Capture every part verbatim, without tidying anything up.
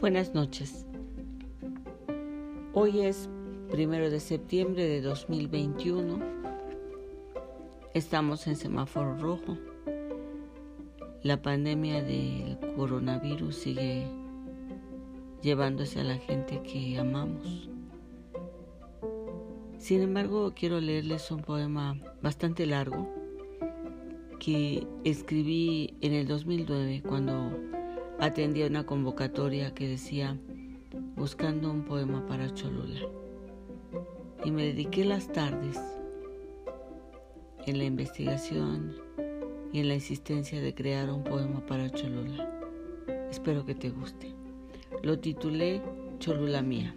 Buenas noches. Hoy es primero de septiembre de dos mil veintiuno. Estamos en semáforo rojo. La pandemia del coronavirus sigue llevándose a la gente que amamos. Sin embargo, quiero leerles un poema bastante largo que escribí en el dos mil nueve cuando atendí a una convocatoria que decía buscando un poema para Cholula, y me dediqué las tardes en la investigación y en la insistencia de crear un poema para Cholula. Espero que te guste. Lo titulé Cholula Mía.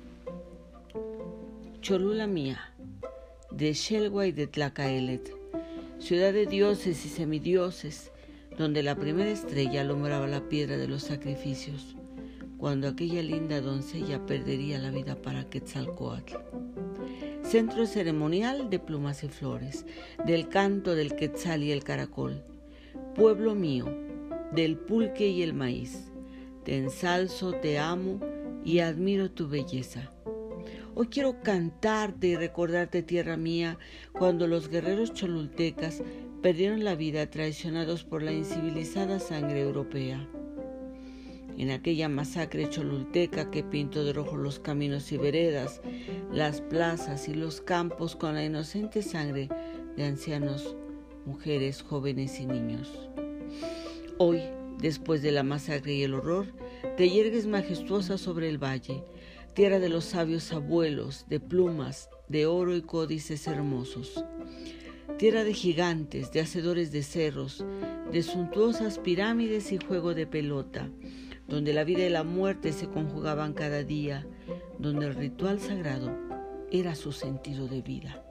Cholula Mía, de Xelwa y de Tlacaelet, ciudad de dioses y semidioses, donde la primera estrella alumbraba la piedra de los sacrificios, cuando aquella linda doncella perdería la vida para Quetzalcóatl. Centro ceremonial de plumas y flores, del canto del quetzal y el caracol. Pueblo mío, del pulque y el maíz, te ensalzo, te amo y admiro tu belleza. Hoy quiero cantarte y recordarte, tierra mía, cuando los guerreros cholultecas perdieron la vida traicionados por la incivilizada sangre europea. En aquella masacre cholulteca que pintó de rojo los caminos y veredas, las plazas y los campos con la inocente sangre de ancianos, mujeres, jóvenes y niños. Hoy, después de la masacre y el horror, te yergues majestuosa sobre el valle, tierra de los sabios abuelos, de plumas, de oro y códices hermosos. Tierra de gigantes, de hacedores de cerros, de suntuosas pirámides y juego de pelota, donde la vida y la muerte se conjugaban cada día, donde el ritual sagrado era su sentido de vida.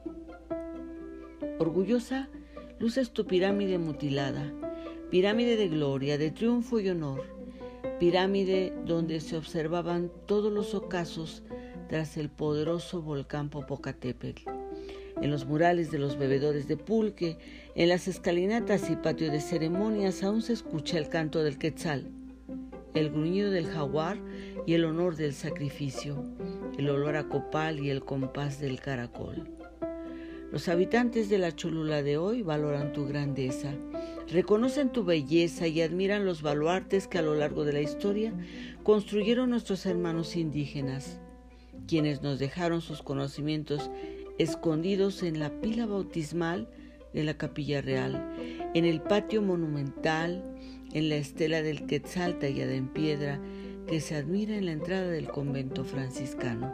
Orgullosa, luces tu pirámide mutilada, pirámide de gloria, de triunfo y honor, pirámide donde se observaban todos los ocasos tras el poderoso volcán Popocatépetl. En los murales de los bebedores de pulque, en las escalinatas y patio de ceremonias aún se escucha el canto del quetzal, el gruñido del jaguar y el honor del sacrificio, el olor a copal y el compás del caracol. Los habitantes de la Cholula de hoy valoran tu grandeza, reconocen tu belleza y admiran los baluartes que a lo largo de la historia construyeron nuestros hermanos indígenas, quienes nos dejaron sus conocimientos escondidos en la pila bautismal de la Capilla Real, en el patio monumental, en la estela del quetzal tallada en piedra que se admira en la entrada del convento franciscano.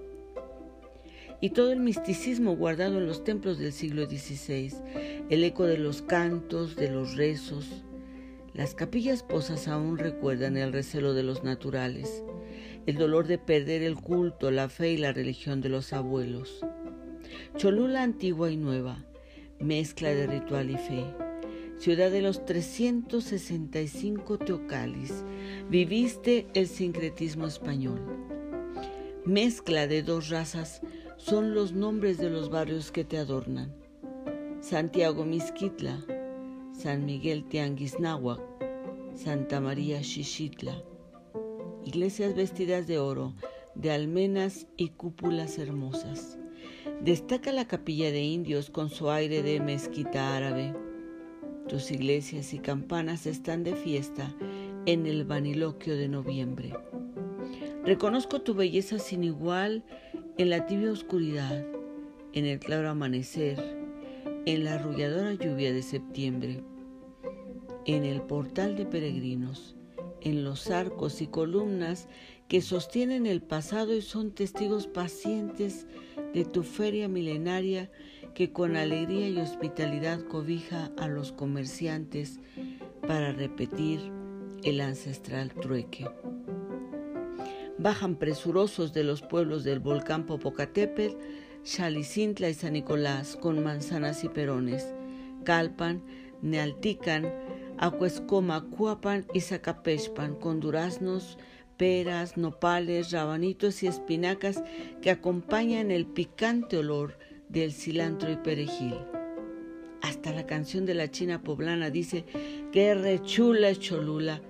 Y todo el misticismo guardado en los templos del siglo dieciséis, el eco de los cantos, de los rezos. Las capillas posas aún recuerdan el recelo de los naturales, el dolor de perder el culto, la fe y la religión de los abuelos. Cholula antigua y nueva, mezcla de ritual y fe, ciudad de los trescientos sesenta y cinco teocalis, viviste el sincretismo español. Mezcla de dos razas son los nombres de los barrios que te adornan. Santiago Mixquitla, San Miguel Tianguisnáhuac, Santa María Xixitla. Iglesias vestidas de oro, de almenas y cúpulas hermosas. Destaca la capilla de indios con su aire de mezquita árabe. Tus iglesias y campanas están de fiesta en el vaniloquio de noviembre. Reconozco tu belleza sin igual en la tibia oscuridad, en el claro amanecer, en la arrulladora lluvia de septiembre, en el portal de peregrinos, en los arcos y columnas que sostienen el pasado y son testigos pacientes de tu feria milenaria que con alegría y hospitalidad cobija a los comerciantes para repetir el ancestral trueque. Bajan presurosos de los pueblos del volcán Popocatépetl, Xalicintla y San Nicolás con manzanas y perones, Calpan, Nealtican, Acuescoma, Cuapan y Zacapechpan con duraznos, peras, nopales, rabanitos y espinacas que acompañan el picante olor del cilantro y perejil. Hasta la canción de la China poblana dice: qué rechula es Cholula,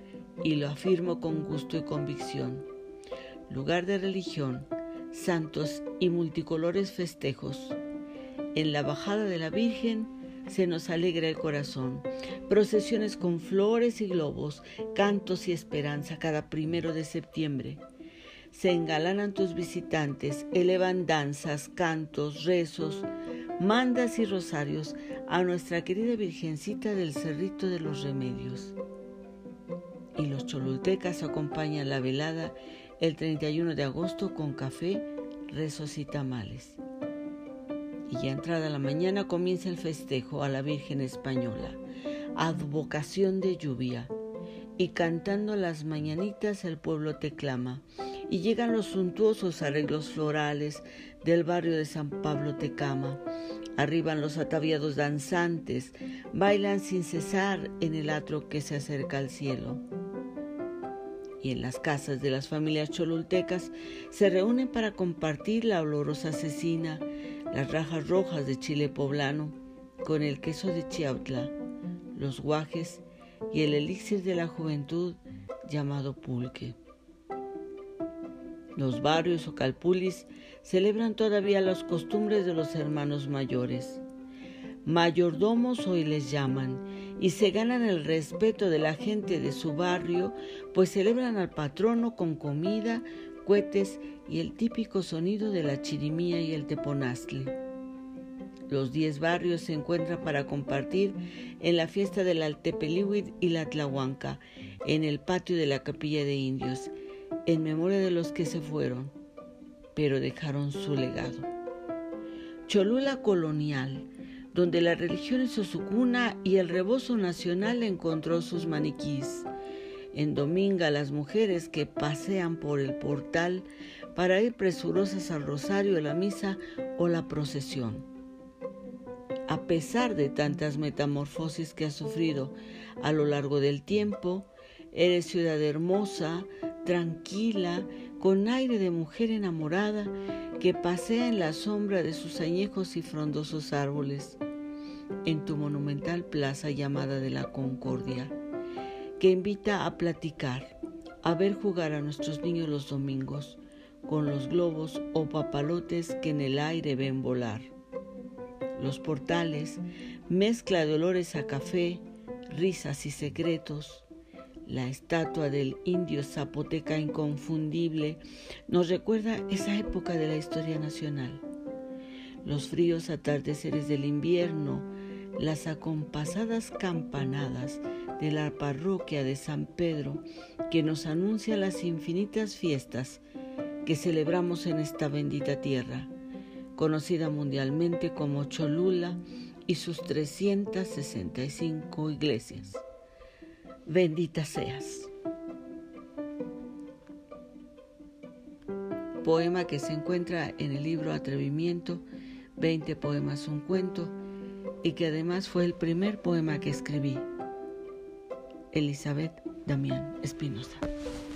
y lo afirmo con gusto y convicción. Lugar de religión, santos y multicolores festejos. En la bajada de la Virgen se nos alegra el corazón. Procesiones con flores y globos, cantos y esperanza cada primero de septiembre. Se engalanan tus visitantes, elevan danzas, cantos, rezos, mandas y rosarios a nuestra querida Virgencita del Cerrito de los Remedios. Y los cholultecas acompañan la velada el treinta y uno de agosto con café, rezos y tamales. Y ya entrada la mañana comienza el festejo a la Virgen Española, advocación de lluvia, y cantando las mañanitas el pueblo te clama, y llegan los suntuosos arreglos florales del barrio de San Pablo Tecama. Arriban los ataviados danzantes, bailan sin cesar en el atro que se acerca al cielo. Y en las casas de las familias cholultecas se reúnen para compartir la olorosa cecina, las rajas rojas de chile poblano, con el queso de Chiautla, los guajes y el elixir de la juventud llamado pulque. Los barrios o calpulis celebran todavía las costumbres de los hermanos mayores. Mayordomos hoy les llaman y se ganan el respeto de la gente de su barrio, pues celebran al patrono con comida, cohetes y el típico sonido de la chirimía y el teponaztle. Los diez barrios se encuentran para compartir en la fiesta del Altepelihuit y la Tlahuanca, en el patio de la capilla de indios, en memoria de los que se fueron, pero dejaron su legado. Cholula colonial, donde la religión hizo su cuna y el rebozo nacional encontró sus maniquís. En Dominga, las mujeres que pasean por el portal para ir presurosas al rosario, a la misa o la procesión. A pesar de tantas metamorfosis que has sufrido a lo largo del tiempo, eres ciudad hermosa, tranquila, con aire de mujer enamorada que pasea en la sombra de sus añejos y frondosos árboles, en tu monumental plaza llamada de la Concordia, que invita a platicar, a ver jugar a nuestros niños los domingos, con los globos o papalotes que en el aire ven volar. Los portales, mezcla de olores a café, risas y secretos. La estatua del indio zapoteca inconfundible nos recuerda esa época de la historia nacional. Los fríos atardeceres del invierno, las acompasadas campanadas de la parroquia de San Pedro que nos anuncia las infinitas fiestas que celebramos en esta bendita tierra, conocida mundialmente como Cholula y sus trescientas sesenta y cinco iglesias. Bendita seas. Poema que se encuentra en el libro Atrevimiento, veinte poemas, un cuento, y que además fue el primer poema que escribí. Elizabeth Damián Espinosa.